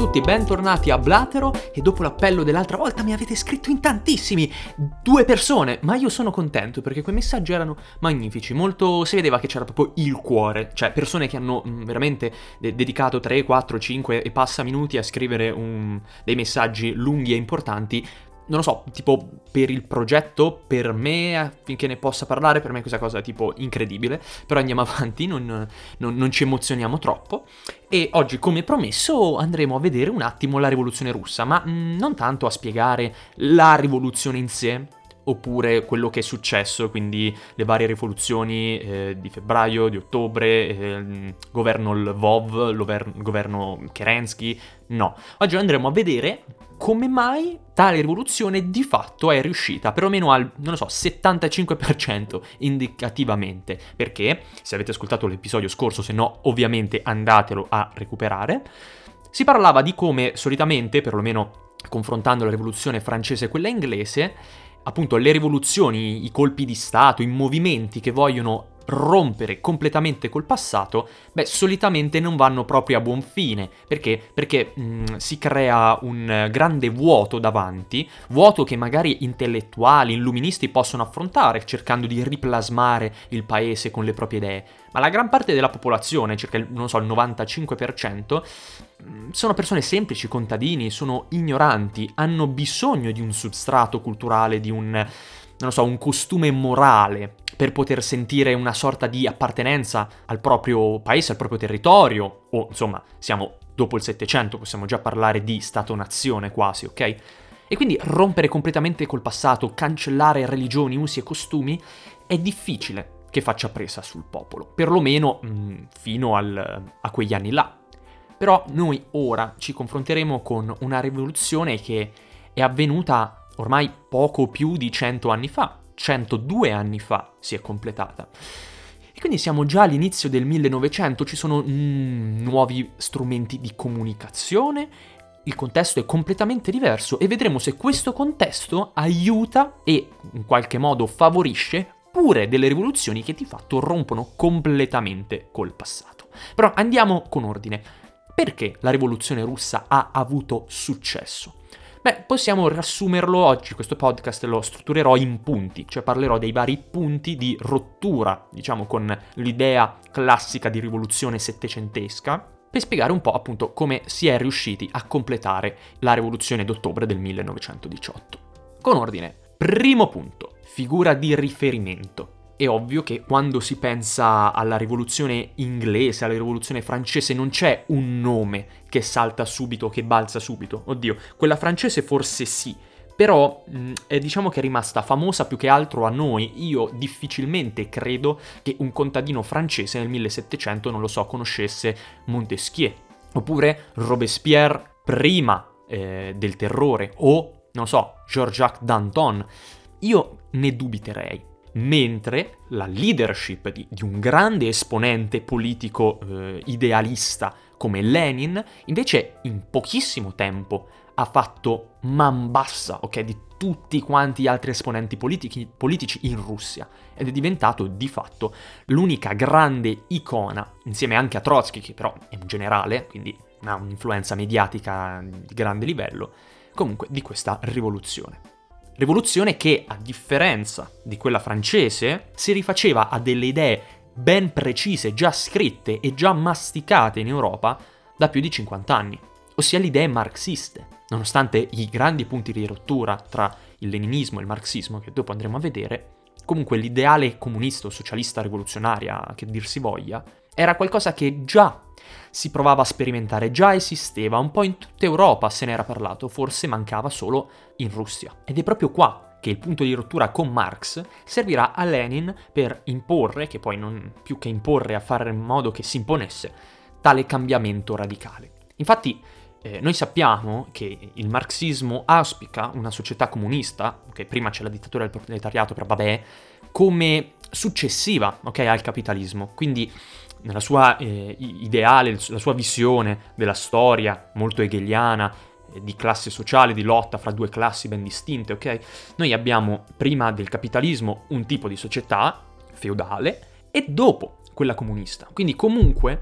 tutti, bentornati a Blatero. E dopo l'appello dell'altra volta mi avete scritto in tantissimi, 2 persone, ma io sono contento perché quei messaggi erano magnifici, molto, si vedeva che c'era proprio il cuore, cioè persone che hanno veramente dedicato 3, 4, 5 e passa minuti a scrivere dei messaggi lunghi e importanti. Non lo so, tipo per il progetto, per me, affinché ne possa parlare, per me questa cosa è tipo incredibile, però andiamo avanti, non ci emozioniamo troppo. E oggi, come promesso, andremo a vedere un attimo la rivoluzione russa, ma non tanto a spiegare la rivoluzione in sé, oppure quello che è successo, quindi le varie rivoluzioni di febbraio, di ottobre, governo Lvov, governo Kerensky, no. Oggi andremo a vedere come mai tale rivoluzione di fatto è riuscita, perlomeno al, non lo so, 75% indicativamente, perché, se avete ascoltato l'episodio scorso, se no ovviamente andatelo a recuperare, si parlava di come solitamente, perlomeno confrontando la rivoluzione francese e quella inglese, appunto le rivoluzioni, i colpi di stato, i movimenti che vogliono rompere completamente col passato, solitamente non vanno proprio a buon fine. Perché? Perché si crea un grande vuoto davanti, vuoto che magari intellettuali, illuministi possono affrontare, cercando di riplasmare il paese con le proprie idee. Ma la gran parte della popolazione, circa il 95%, sono persone semplici, contadini, sono ignoranti, hanno bisogno di un substrato culturale, di un costume morale per poter sentire una sorta di appartenenza al proprio paese, al proprio territorio, o insomma, siamo dopo il Settecento, possiamo già parlare di Stato-nazione quasi, ok? E quindi rompere completamente col passato, cancellare religioni, usi e costumi, è difficile che faccia presa sul popolo, perlomeno fino a quegli anni là. Però noi ora ci confronteremo con una rivoluzione che è avvenuta ormai poco più di 100 anni fa, 102 anni fa si è completata. E quindi siamo già all'inizio del 1900, ci sono nuovi strumenti di comunicazione, il contesto è completamente diverso e vedremo se questo contesto aiuta e in qualche modo favorisce pure delle rivoluzioni che di fatto rompono completamente col passato. Però andiamo con ordine. Perché la rivoluzione russa ha avuto successo? Possiamo riassumerlo oggi, questo podcast lo strutturerò in punti, cioè parlerò dei vari punti di rottura, diciamo, con l'idea classica di rivoluzione settecentesca, per spiegare un po' appunto come si è riusciti a completare la rivoluzione d'ottobre del 1918. Con ordine, primo punto, figura di riferimento. È ovvio che quando si pensa alla rivoluzione inglese, alla rivoluzione francese, non c'è un nome che salta subito, che balza subito. Oddio, quella francese forse sì, però diciamo che è rimasta famosa più che altro a noi. Io difficilmente credo che un contadino francese nel 1700, non lo so, conoscesse Montesquieu, oppure Robespierre prima del terrore, o, non so, Jean-Jacques Danton. Io ne dubiterei. Mentre la leadership di un grande esponente politico idealista come Lenin, invece in pochissimo tempo ha fatto man bassa, ok, di tutti quanti gli altri esponenti politici in Russia, ed è diventato di fatto l'unica grande icona, insieme anche a Trotsky, che però è un generale, quindi ha un'influenza mediatica di grande livello, comunque di questa rivoluzione. Rivoluzione che, a differenza di quella francese, si rifaceva a delle idee ben precise, già scritte e già masticate in Europa da più di 50 anni, ossia le idee marxiste. Nonostante i grandi punti di rottura tra il leninismo e il marxismo, che dopo andremo a vedere, comunque l'ideale comunista o socialista rivoluzionaria, che dir si voglia, era qualcosa che già si provava a sperimentare, già esisteva, un po' in tutta Europa se ne era parlato, forse mancava solo in Russia. Ed è proprio qua che il punto di rottura con Marx servirà a Lenin per imporre, che poi non più che imporre, a fare in modo che si imponesse, tale cambiamento radicale. Infatti noi sappiamo che il marxismo auspica una società comunista, ok, prima c'è la dittatura del proletariato, però vabbè, come successiva, ok, al capitalismo, quindi nella sua ideale, la sua visione della storia molto hegeliana, di classe sociale, di lotta fra due classi ben distinte, ok? Noi abbiamo prima del capitalismo un tipo di società feudale e dopo quella comunista. Quindi comunque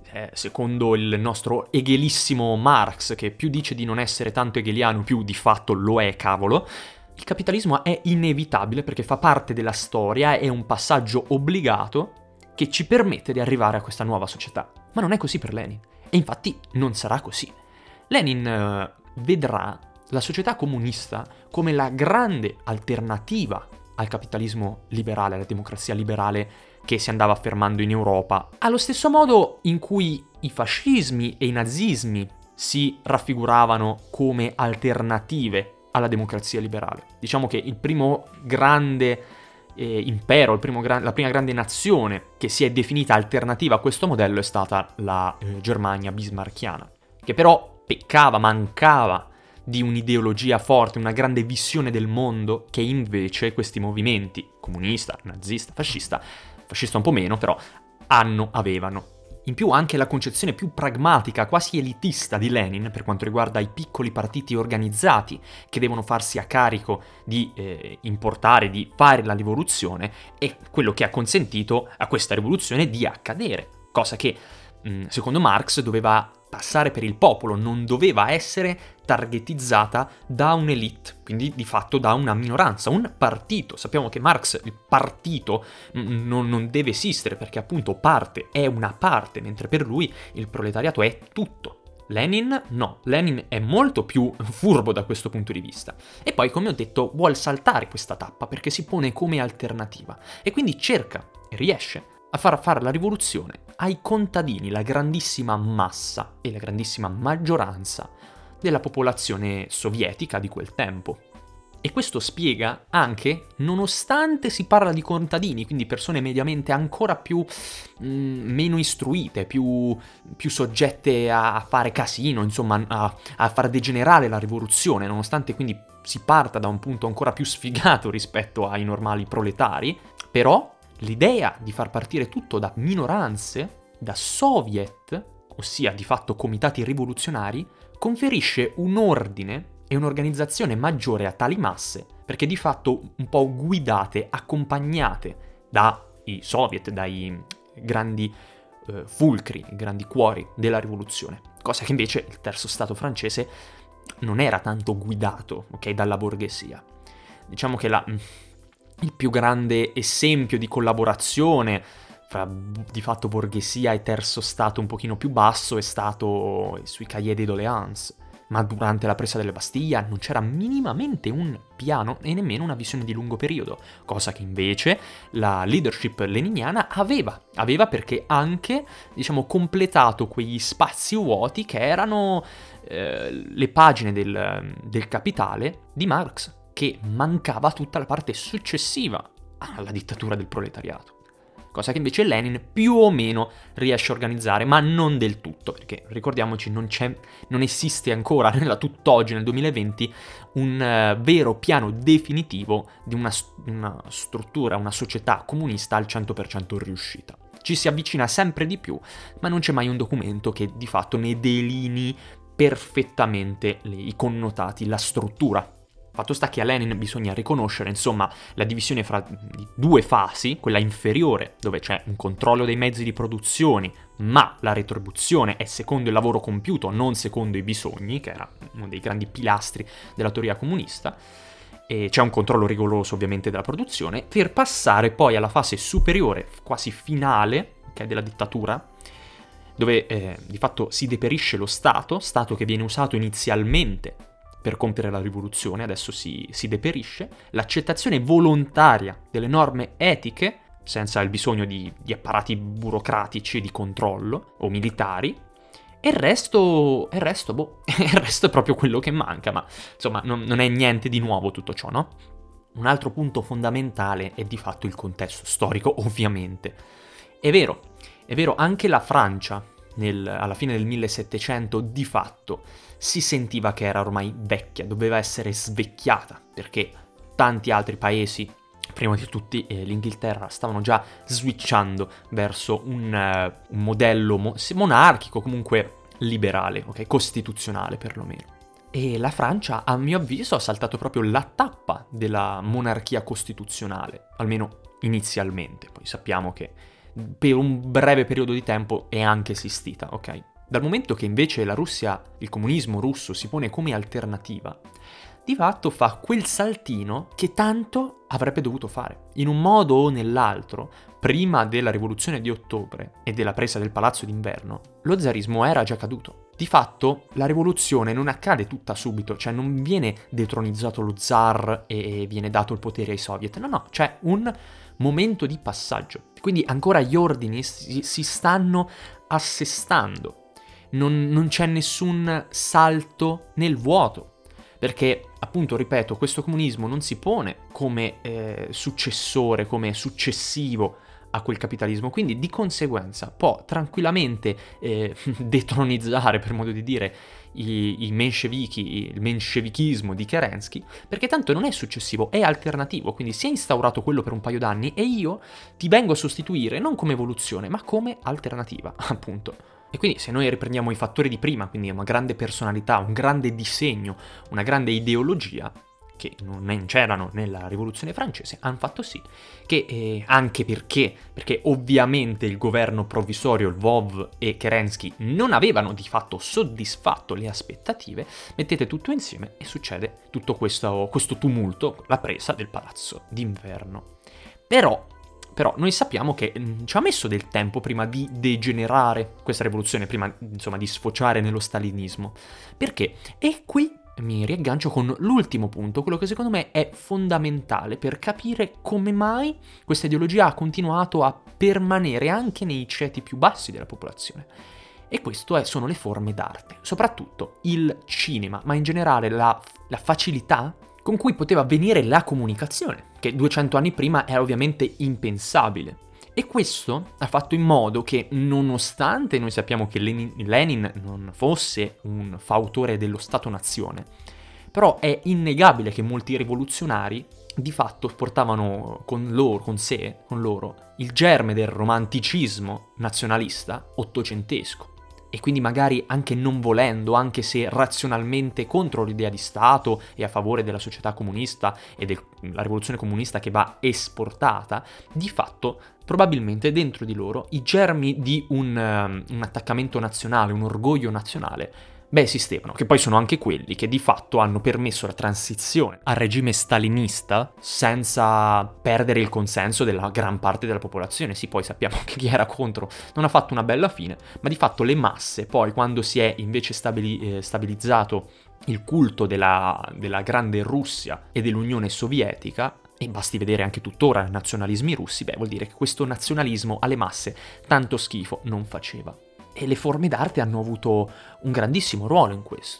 secondo il nostro hegelissimo Marx, che più dice di non essere tanto hegeliano, più di fatto lo è, cavolo, il capitalismo è inevitabile perché fa parte della storia, è un passaggio obbligato che ci permette di arrivare a questa nuova società. Ma non è così per Lenin, e infatti non sarà così. Lenin vedrà la società comunista come la grande alternativa al capitalismo liberale, alla democrazia liberale che si andava affermando in Europa, allo stesso modo in cui i fascismi e i nazismi si raffiguravano come alternative alla democrazia liberale. Diciamo che il primo grande impero, la prima grande nazione che si è definita alternativa a questo modello è stata la Germania bismarcchiana, che però mancava di un'ideologia forte, una grande visione del mondo che invece questi movimenti, comunista, nazista, fascista un po' meno, però avevano. In più anche la concezione più pragmatica, quasi elitista di Lenin per quanto riguarda i piccoli partiti organizzati che devono farsi a carico di importare, di fare la rivoluzione, è quello che ha consentito a questa rivoluzione di accadere, cosa che secondo Marx doveva passare per il popolo, non doveva essere targetizzata da un'elite, quindi di fatto da una minoranza, un partito. Sappiamo che Marx il partito non deve esistere perché appunto parte, è una parte, mentre per lui il proletariato è tutto. Lenin no, Lenin è molto più furbo da questo punto di vista. E poi, come ho detto, vuol saltare questa tappa perché si pone come alternativa e quindi cerca e riesce a far fare la rivoluzione ai contadini, la grandissima massa e la grandissima maggioranza della popolazione sovietica di quel tempo. E questo spiega anche, nonostante si parla di contadini, quindi persone mediamente ancora più meno istruite, più soggette a fare casino, insomma a far degenerare la rivoluzione, nonostante quindi si parta da un punto ancora più sfigato rispetto ai normali proletari, però l'idea di far partire tutto da minoranze, da soviet, ossia di fatto comitati rivoluzionari, conferisce un ordine e un'organizzazione maggiore a tali masse, perché di fatto un po' guidate, accompagnate dai soviet, dai grandi fulcri, i grandi cuori della rivoluzione. Cosa che invece il terzo stato francese non era tanto guidato, ok, dalla borghesia. Diciamo che il più grande esempio di collaborazione fra di fatto borghesia e terzo stato un pochino più basso è stato sui cahiers de doléances, ma durante la presa delle Bastiglia non c'era minimamente un piano e nemmeno una visione di lungo periodo, cosa che invece la leadership leniniana aveva perché anche, diciamo, completato quegli spazi vuoti che erano le pagine del Capitale di Marx, che mancava tutta la parte successiva alla dittatura del proletariato. Cosa che invece Lenin più o meno riesce a organizzare, ma non del tutto, perché ricordiamoci non esiste ancora nella tutt'oggi, nel 2020, un vero piano definitivo di una struttura, una società comunista al 100% riuscita. Ci si avvicina sempre di più, ma non c'è mai un documento che di fatto ne delinei perfettamente i connotati, la struttura. Fatto sta che a Lenin bisogna riconoscere, insomma, la divisione fra due fasi, quella inferiore, dove c'è un controllo dei mezzi di produzione, ma la retribuzione è secondo il lavoro compiuto, non secondo i bisogni, che era uno dei grandi pilastri della teoria comunista, e c'è un controllo rigoroso ovviamente della produzione, per passare poi alla fase superiore, quasi finale, che è della dittatura, dove di fatto si deperisce lo Stato che viene usato inizialmente per compiere la rivoluzione, adesso si deperisce, l'accettazione volontaria delle norme etiche, senza il bisogno di apparati burocratici di controllo o militari, e il resto è proprio quello che manca, ma insomma non è niente di nuovo tutto ciò, no? Un altro punto fondamentale è di fatto il contesto storico, ovviamente. È vero, anche la Francia, alla fine del 1700, di fatto si sentiva che era ormai vecchia, doveva essere svecchiata, perché tanti altri paesi, prima di tutti l'Inghilterra, stavano già switchando verso un modello monarchico, comunque liberale, ok, costituzionale perlomeno. E la Francia, a mio avviso, ha saltato proprio la tappa della monarchia costituzionale, almeno inizialmente. Poi sappiamo che per un breve periodo di tempo è anche esistita, ok? Dal momento che invece la Russia, il comunismo russo si pone come alternativa, di fatto fa quel saltino che tanto avrebbe dovuto fare. In un modo o nell'altro, prima della rivoluzione di ottobre e della presa del palazzo d'inverno, lo zarismo era già caduto. Di fatto la rivoluzione non accade tutta subito, cioè non viene detronizzato lo zar e viene dato il potere ai soviet, no, c'è un momento di passaggio. Quindi ancora gli ordini si stanno assestando, non c'è nessun salto nel vuoto. Perché, appunto, ripeto, questo comunismo non si pone come successore, come successivo a quel capitalismo, quindi di conseguenza può tranquillamente detronizzare, per modo di dire, i menscevichi, il menscevikismo di Kerensky, perché tanto non è successivo, è alternativo, quindi si è instaurato quello per un paio d'anni e io ti vengo a sostituire non come evoluzione, ma come alternativa, appunto. E quindi se noi riprendiamo i fattori di prima, quindi una grande personalità, un grande disegno, una grande ideologia, che non c'erano nella rivoluzione francese, hanno fatto sì che, anche perché ovviamente il governo provvisorio, il Lvov e Kerensky non avevano di fatto soddisfatto le aspettative, mettete tutto insieme e succede tutto questo tumulto, la presa del palazzo d'inverno. Però noi sappiamo che ci ha messo del tempo prima di degenerare questa rivoluzione, prima insomma di sfociare nello stalinismo. Perché? E qui mi riaggancio con l'ultimo punto, quello che secondo me è fondamentale per capire come mai questa ideologia ha continuato a permanere anche nei ceti più bassi della popolazione. E questo sono le forme d'arte, soprattutto il cinema, ma in generale la facilità con cui poteva avvenire la comunicazione, che 200 anni prima era ovviamente impensabile. E questo ha fatto in modo che, nonostante noi sappiamo che Lenin non fosse un fautore dello Stato-nazione, però è innegabile che molti rivoluzionari di fatto portavano con loro, il germe del romanticismo nazionalista ottocentesco. E quindi magari anche non volendo, anche se razionalmente contro l'idea di Stato e a favore della società comunista e della rivoluzione comunista che va esportata, di fatto probabilmente dentro di loro i germi di un attaccamento nazionale, un orgoglio nazionale, esistevano, che poi sono anche quelli che di fatto hanno permesso la transizione al regime stalinista senza perdere il consenso della gran parte della popolazione. Sì, poi sappiamo che chi era contro non ha fatto una bella fine, ma di fatto le masse, poi quando si è invece stabilizzato il culto della grande Russia e dell'Unione Sovietica, e basti vedere anche tuttora i nazionalismi russi, vuol dire che questo nazionalismo alle masse tanto schifo non faceva. E le forme d'arte hanno avuto un grandissimo ruolo in questo.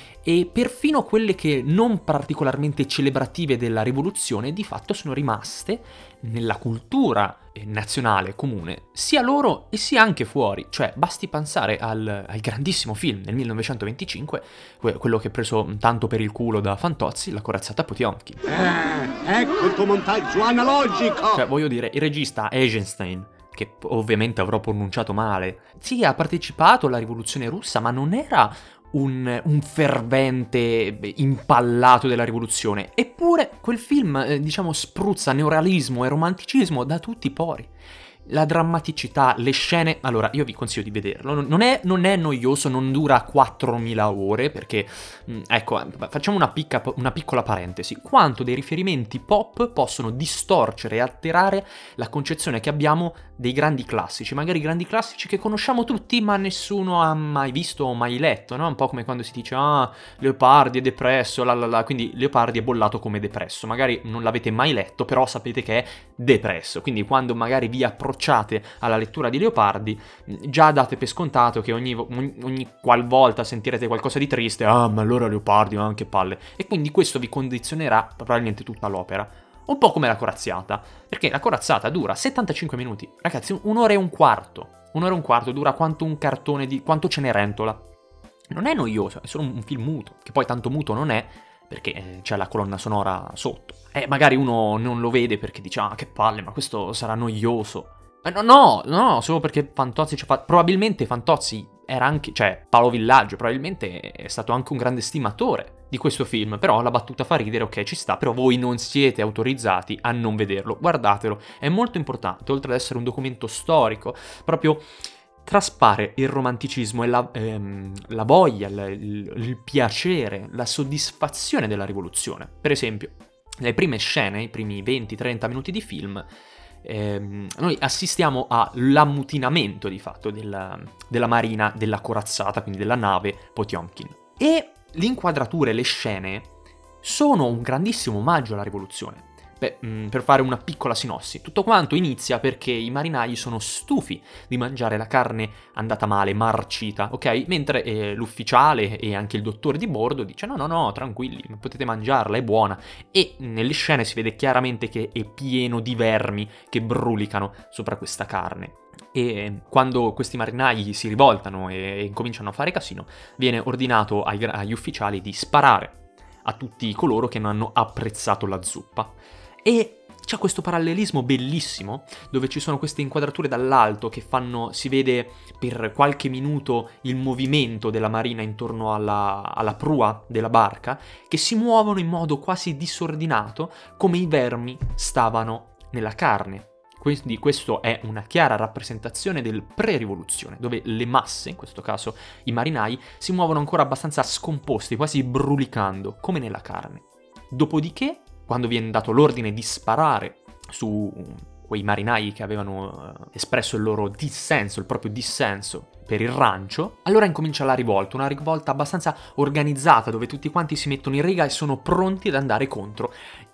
E perfino quelle che non particolarmente celebrative della rivoluzione di fatto sono rimaste nella cultura nazionale comune, sia loro e sia anche fuori. Cioè basti pensare al grandissimo film del 1925, quello che è preso tanto per il culo da Fantozzi, La corazzata Potionkin. Ecco il tuo montaggio analogico! Cioè voglio dire, il regista Eisenstein, che ovviamente avrò pronunciato male, sì, ha partecipato alla rivoluzione russa, ma non era un fervente impallato della rivoluzione. Eppure quel film, spruzza neorealismo e romanticismo da tutti i pori. La drammaticità, le scene... Allora, io vi consiglio di vederlo. Non è noioso, non dura 4.000 ore, perché... ecco, facciamo una piccola parentesi. Quanto dei riferimenti pop possono distorcere e alterare la concezione che abbiamo dei grandi classici. Magari grandi classici che conosciamo tutti, ma nessuno ha mai visto o mai letto, no? Un po' come quando si dice, Leopardi è depresso, quindi Leopardi è bollato come depresso. Magari non l'avete mai letto, però sapete che è depresso. Quindi quando magari vi approcciate alla lettura di Leopardi, già date per scontato che ogni qualvolta sentirete qualcosa di triste, ma allora Leopardi ha anche palle. E quindi questo vi condizionerà probabilmente tutta l'opera. Un po' come La corazzata, perché La corazzata dura 75 minuti. Ragazzi, un'ora e un quarto. Un'ora e un quarto dura quanto un cartone quanto Cenerentola. Non è noioso, è solo un film muto, che poi tanto muto non è, perché c'è la colonna sonora sotto. E magari uno non lo vede perché dice, che palle, ma questo sarà noioso. No, solo perché Fantozzi ci ha fatto... Probabilmente Fantozzi era anche... Cioè, Paolo Villaggio probabilmente è stato anche un grande stimatore di questo film, però la battuta fa ridere, ok, ci sta, però voi non siete autorizzati a non vederlo, guardatelo, è molto importante, oltre ad essere un documento storico, proprio traspare il romanticismo e la voglia, il piacere, la soddisfazione della rivoluzione. Per esempio, nelle prime scene, i primi 20-30 minuti di film, noi assistiamo all'ammutinamento di fatto della marina, della corazzata, quindi della nave Potiomkin. E l'inquadratura e le scene sono un grandissimo omaggio alla rivoluzione. Per fare una piccola sinossi, tutto quanto inizia perché i marinai sono stufi di mangiare la carne andata male, marcita, ok? Mentre l'ufficiale e anche il dottore di bordo dice no, tranquilli, potete mangiarla, è buona. E nelle scene si vede chiaramente che è pieno di vermi che brulicano sopra questa carne. E quando questi marinai si rivoltano e cominciano a fare casino, viene ordinato agli ufficiali di sparare a tutti coloro che non hanno apprezzato la zuppa. E c'è questo parallelismo bellissimo dove ci sono queste inquadrature dall'alto che si vede per qualche minuto il movimento della marina intorno alla prua della barca, che si muovono in modo quasi disordinato come i vermi stavano nella carne. Quindi questo è una chiara rappresentazione del pre-rivoluzione, dove le masse, in questo caso i marinai, si muovono ancora abbastanza scomposti, quasi brulicando, come nella carne. Dopodiché, quando viene dato l'ordine di sparare su quei marinai che avevano espresso il loro dissenso, il proprio dissenso per il rancio, allora incomincia la rivolta, una rivolta abbastanza organizzata dove tutti quanti si mettono in riga e sono pronti ad andare contro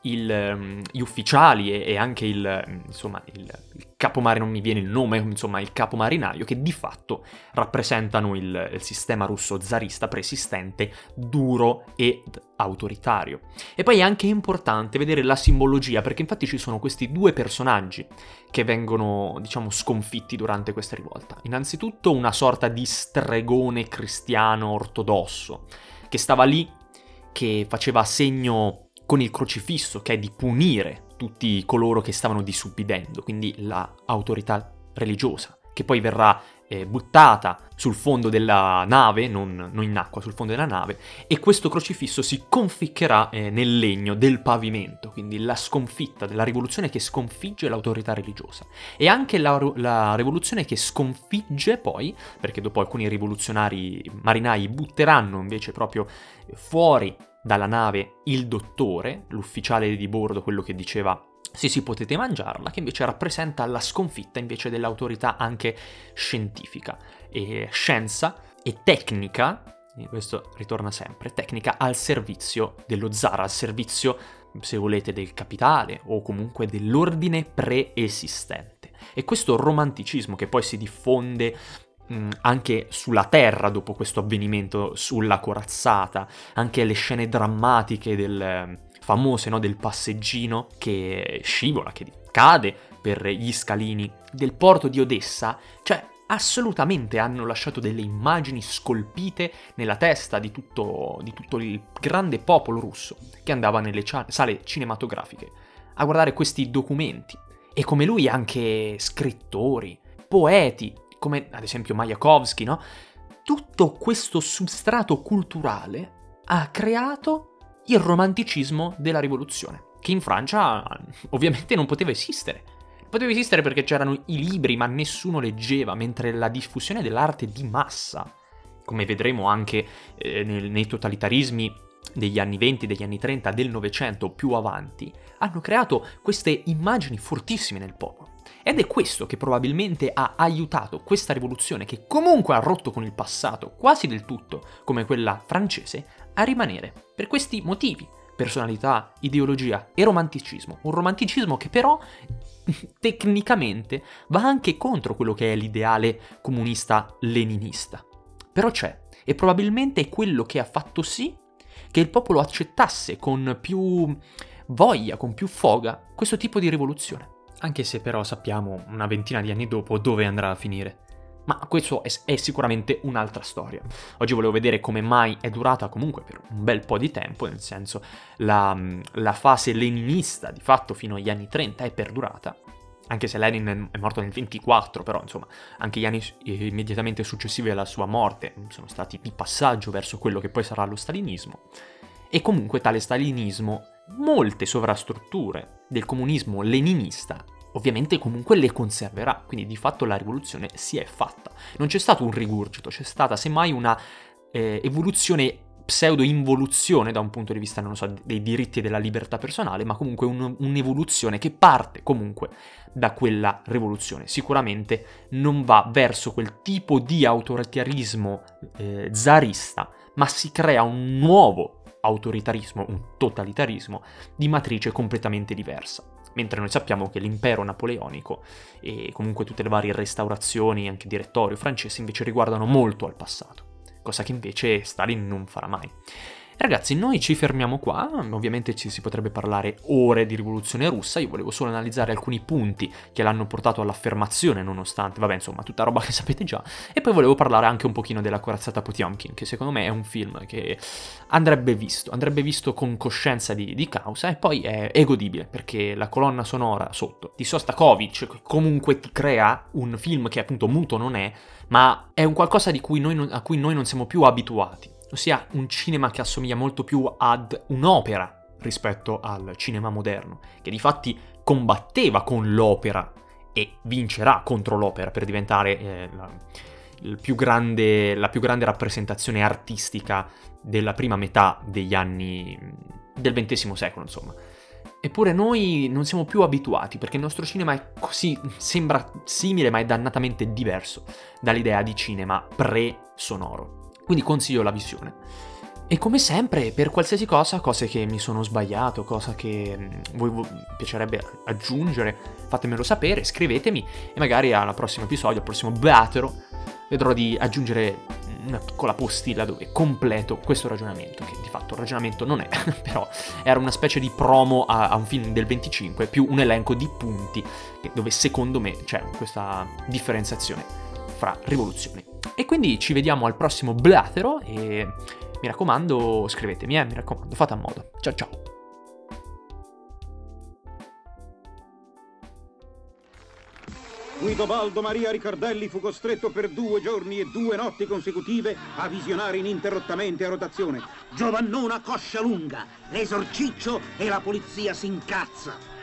gli ufficiali e anche il capomarinaio, non mi viene il nome, insomma il capomarinaio, che di fatto rappresentano il sistema russo zarista preesistente, duro ed autoritario. E poi è anche importante vedere la simbologia, perché infatti ci sono questi due personaggi che vengono, diciamo, sconfitti durante questa rivolta. Innanzitutto una sorta di stregone cristiano ortodosso, che stava lì, che faceva segno con il crocifisso, che è di punire tutti coloro che stavano disubbidendo, quindi l'autorità religiosa, che poi verrà buttata sul fondo della nave, non in acqua, sul fondo della nave, e questo crocifisso si conficcherà nel legno del pavimento, quindi la sconfitta della rivoluzione che sconfigge l'autorità religiosa. E anche la rivoluzione che sconfigge poi, perché dopo alcuni rivoluzionari marinai butteranno invece proprio fuori dalla nave il dottore, l'ufficiale di bordo, quello che diceva sì, potete mangiarla, che invece rappresenta la sconfitta invece dell'autorità anche scientifica. E scienza e tecnica, e questo ritorna sempre, tecnica al servizio dello zar, al servizio, se volete, del capitale o comunque dell'ordine preesistente. E questo romanticismo che poi si diffonde anche sulla terra dopo questo avvenimento, sulla corazzata, anche le scene drammatiche famose, no, del passeggino che scivola, che cade per gli scalini del porto di Odessa, cioè assolutamente hanno lasciato delle immagini scolpite nella testa di tutto il grande popolo russo che andava nelle sale cinematografiche a guardare questi documenti. E come lui anche scrittori, poeti, come ad esempio Majakovsky, no? Tutto questo substrato culturale ha creato il romanticismo della rivoluzione, che in Francia ovviamente non poteva esistere. Non poteva esistere perché c'erano i libri, ma nessuno leggeva, mentre la diffusione dell'arte di massa, come vedremo anche nei totalitarismi degli anni 20, degli anni 30, del Novecento più avanti, hanno creato queste immagini fortissime nel popolo. Ed è questo che probabilmente ha aiutato questa rivoluzione, che comunque ha rotto con il passato quasi del tutto, come quella francese, a rimanere. Per questi motivi: personalità, ideologia e romanticismo. Un romanticismo che però tecnicamente va anche contro quello che è l'ideale comunista leninista. Però c'è, e probabilmente è quello che ha fatto sì che il popolo accettasse con più voglia, con più foga, questo tipo di rivoluzione. Anche se però sappiamo una ventina di anni dopo dove andrà a finire. Ma questo è sicuramente un'altra storia. Oggi volevo vedere come mai è durata comunque per un bel po' di tempo, nel senso la fase leninista di fatto fino agli anni 30 è perdurata, anche se Lenin è morto nel 24, però insomma anche gli anni immediatamente successivi alla sua morte sono stati di passaggio verso quello che poi sarà lo stalinismo. E comunque tale stalinismo, molte sovrastrutture del comunismo leninista, ovviamente comunque le conserverà, quindi di fatto la rivoluzione si è fatta. Non c'è stato un rigurgito, c'è stata semmai una evoluzione, pseudo-involuzione da un punto di vista, non so, dei diritti e della libertà personale, ma comunque un'evoluzione che parte comunque da quella rivoluzione. Sicuramente non va verso quel tipo di autoritarismo zarista, ma si crea un nuovo autoritarismo, un totalitarismo di matrice completamente diversa. Mentre noi sappiamo che l'impero napoleonico e comunque tutte le varie restaurazioni, anche di Rettorio francese, invece riguardano molto al passato, cosa che invece Stalin non farà mai. Ragazzi, noi ci fermiamo qua, ovviamente ci si potrebbe parlare ore di rivoluzione russa, io volevo solo analizzare alcuni punti che l'hanno portato all'affermazione nonostante, vabbè insomma, tutta roba che sapete già, e poi volevo parlare anche un pochino della corazzata Potiomkin, che secondo me è un film che andrebbe visto con coscienza di causa, e poi è godibile, perché la colonna sonora sotto di Sostakovich comunque ti crea un film che appunto muto non è, ma è un qualcosa a cui noi non siamo più abituati. Ossia un cinema che assomiglia molto più ad un'opera rispetto al cinema moderno, che difatti combatteva con l'opera e vincerà contro l'opera per diventare la più grande rappresentazione artistica della prima metà degli anni del XX secolo, insomma. Eppure noi non siamo più abituati, perché il nostro cinema è così, sembra simile ma è dannatamente diverso dall'idea di cinema pre-sonoro. Quindi consiglio la visione. E come sempre, per qualsiasi cosa, cose che mi sono sbagliato, cosa che vi piacerebbe aggiungere, fatemelo sapere, scrivetemi e magari al prossimo episodio, al prossimo Beatero, vedrò di aggiungere una piccola postilla dove completo questo ragionamento, che di fatto un ragionamento non è, però era una specie di promo a un film del 25, più un elenco di punti dove secondo me c'è questa differenziazione fra rivoluzioni. E quindi ci vediamo al prossimo Blatero e mi raccomando scrivetemi, mi raccomando, fate a modo. Ciao ciao! Guidobaldo Maria Ricardelli fu costretto per 2 giorni e 2 notti consecutive a visionare ininterrottamente a rotazione Giovannona Coscia Lunga, l'esorciccio e la polizia si incazza.